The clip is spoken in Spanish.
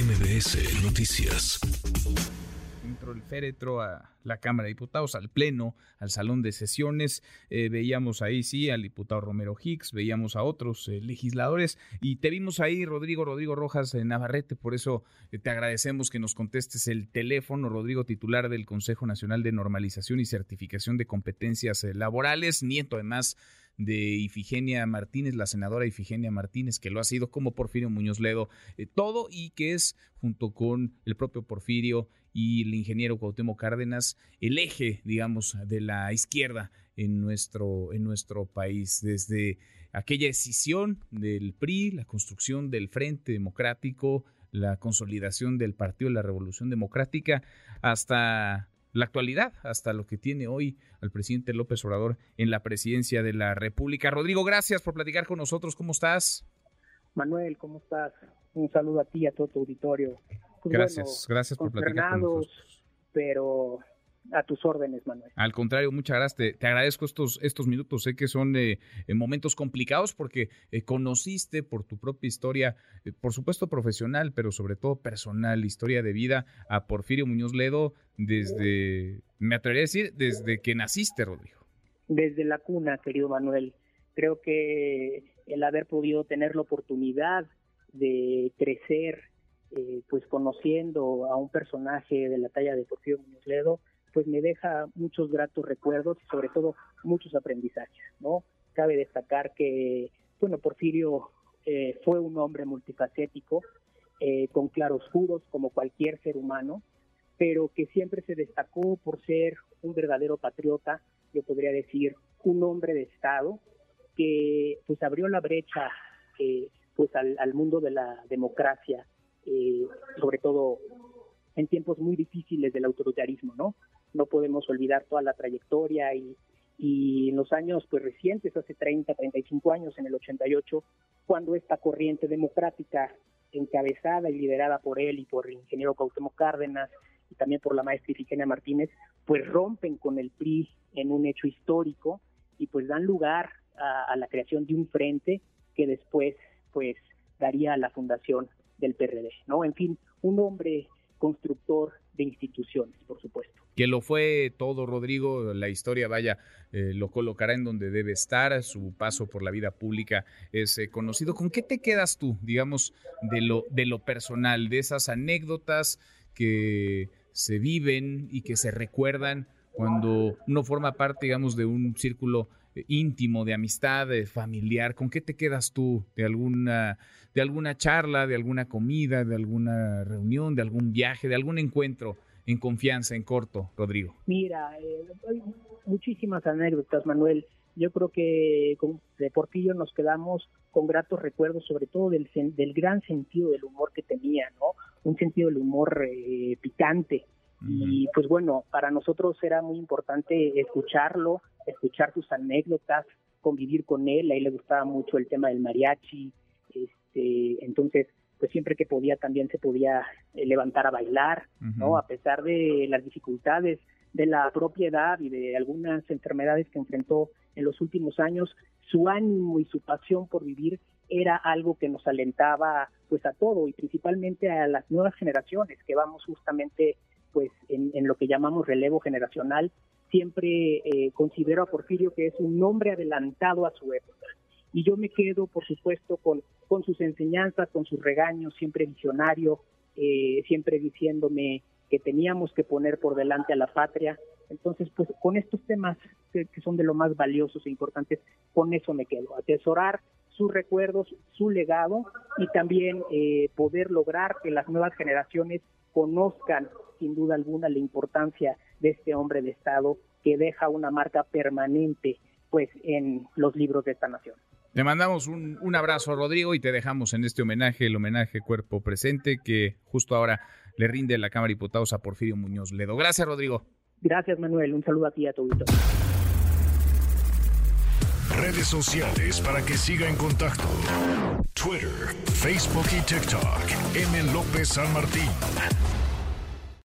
MBS Noticias. Entró el féretro a la Cámara de Diputados, al Pleno, al Salón de Sesiones. Veíamos ahí, sí, al diputado Romero Hicks, veíamos a otros legisladores y te vimos ahí, Rodrigo Rojas Navarrete. Por eso te agradecemos que nos contestes el teléfono. Rodrigo, titular del Consejo Nacional de Normalización y Certificación de Competencias Laborales, nieto además de Ifigenia Martínez, la senadora Ifigenia Martínez, que lo ha sido como Porfirio Muñoz Ledo, todo, y que es, junto con el propio Porfirio y el ingeniero Cuauhtémoc Cárdenas, el eje, digamos, de la izquierda en nuestro país, desde aquella escisión del PRI, la construcción del Frente Democrático, la consolidación del Partido de la Revolución Democrática, hasta la actualidad, hasta lo que tiene hoy al presidente López Obrador en la presidencia de la República. Rodrigo, gracias por platicar con nosotros. ¿Cómo estás? Manuel, ¿cómo estás? Un saludo a ti y a todo tu auditorio. Pues gracias por platicar con nosotros. Pero a tus órdenes, Manuel. Al contrario, muchas gracias. Te agradezco estos minutos. Sé que son momentos complicados porque conociste por tu propia historia, por supuesto profesional, pero sobre todo personal, historia de vida, a Porfirio Muñoz Ledo desde, me atrevería a decir, desde que naciste, Rodrigo. Desde la cuna, querido Manuel. Creo que el haber podido tener la oportunidad de crecer, pues conociendo a un personaje de la talla de Porfirio Muñoz Ledo, pues me deja muchos gratos recuerdos y sobre todo muchos aprendizajes, ¿no? Cabe destacar que, bueno, Porfirio fue un hombre multifacético, con claroscuros como cualquier ser humano, pero que siempre se destacó por ser un verdadero patriota, yo podría decir un hombre de Estado, que pues abrió la brecha pues al mundo de la democracia, sobre todo en tiempos muy difíciles del autoritarismo, ¿no? No podemos olvidar toda la trayectoria y en los años pues recientes, hace 30, 35 años, en el 88, cuando esta corriente democrática encabezada y liderada por él y por el ingeniero Cuauhtémoc Cárdenas y también por la maestra Ifigenia Martínez, pues rompen con el PRI en un hecho histórico y pues dan lugar a la creación de un frente que después pues daría a la fundación del PRD, ¿no? En fin, un hombre constructor de instituciones, por supuesto. Que lo fue todo, Rodrigo. La historia, lo colocará en donde debe estar. Su paso por la vida pública es conocido. ¿Con qué te quedas tú, digamos, de lo personal, de esas anécdotas que se viven y que se recuerdan cuando uno forma parte, digamos, de un círculo íntimo, de amistad, familiar? ¿Con qué te quedas tú de alguna charla, de alguna comida, de alguna reunión, de algún viaje, de algún encuentro en confianza, en corto, Rodrigo? Mira, hay muchísimas anécdotas, Manuel. Yo creo que de Porfirio nos quedamos con gratos recuerdos, sobre todo del gran sentido del humor que tenía, ¿no? Un sentido del humor picante. Y pues bueno, para nosotros era muy importante escucharlo, escuchar sus anécdotas, convivir con él. A él le gustaba mucho el tema del mariachi, entonces pues siempre que podía también se podía levantar a bailar, ¿no? A pesar de las dificultades de la propia edad y de algunas enfermedades que enfrentó en los últimos años, su ánimo y su pasión por vivir era algo que nos alentaba pues a todo y principalmente a las nuevas generaciones que vamos justamente pues en lo que llamamos relevo generacional. Siempre considero a Porfirio que es un hombre adelantado a su época. Y yo me quedo, por supuesto, con sus enseñanzas, con sus regaños, siempre visionario, siempre diciéndome que teníamos que poner por delante a la patria. Entonces, pues con estos temas que son de lo más valiosos e importantes, con eso me quedo. Atesorar sus recuerdos, su legado y también poder lograr que las nuevas generaciones conozcan sin duda alguna la importancia de este hombre de Estado que deja una marca permanente pues en los libros de esta nación. Te mandamos un abrazo, Rodrigo, y te dejamos en este homenaje, el homenaje cuerpo presente que justo ahora le rinde la Cámara de Diputados a Porfirio Muñoz Ledo. Gracias, Rodrigo. Gracias, Manuel. Un saludo a ti y a tu auditorio. Redes sociales para que siga en contacto: Twitter, Facebook y TikTok. M. López San Martín.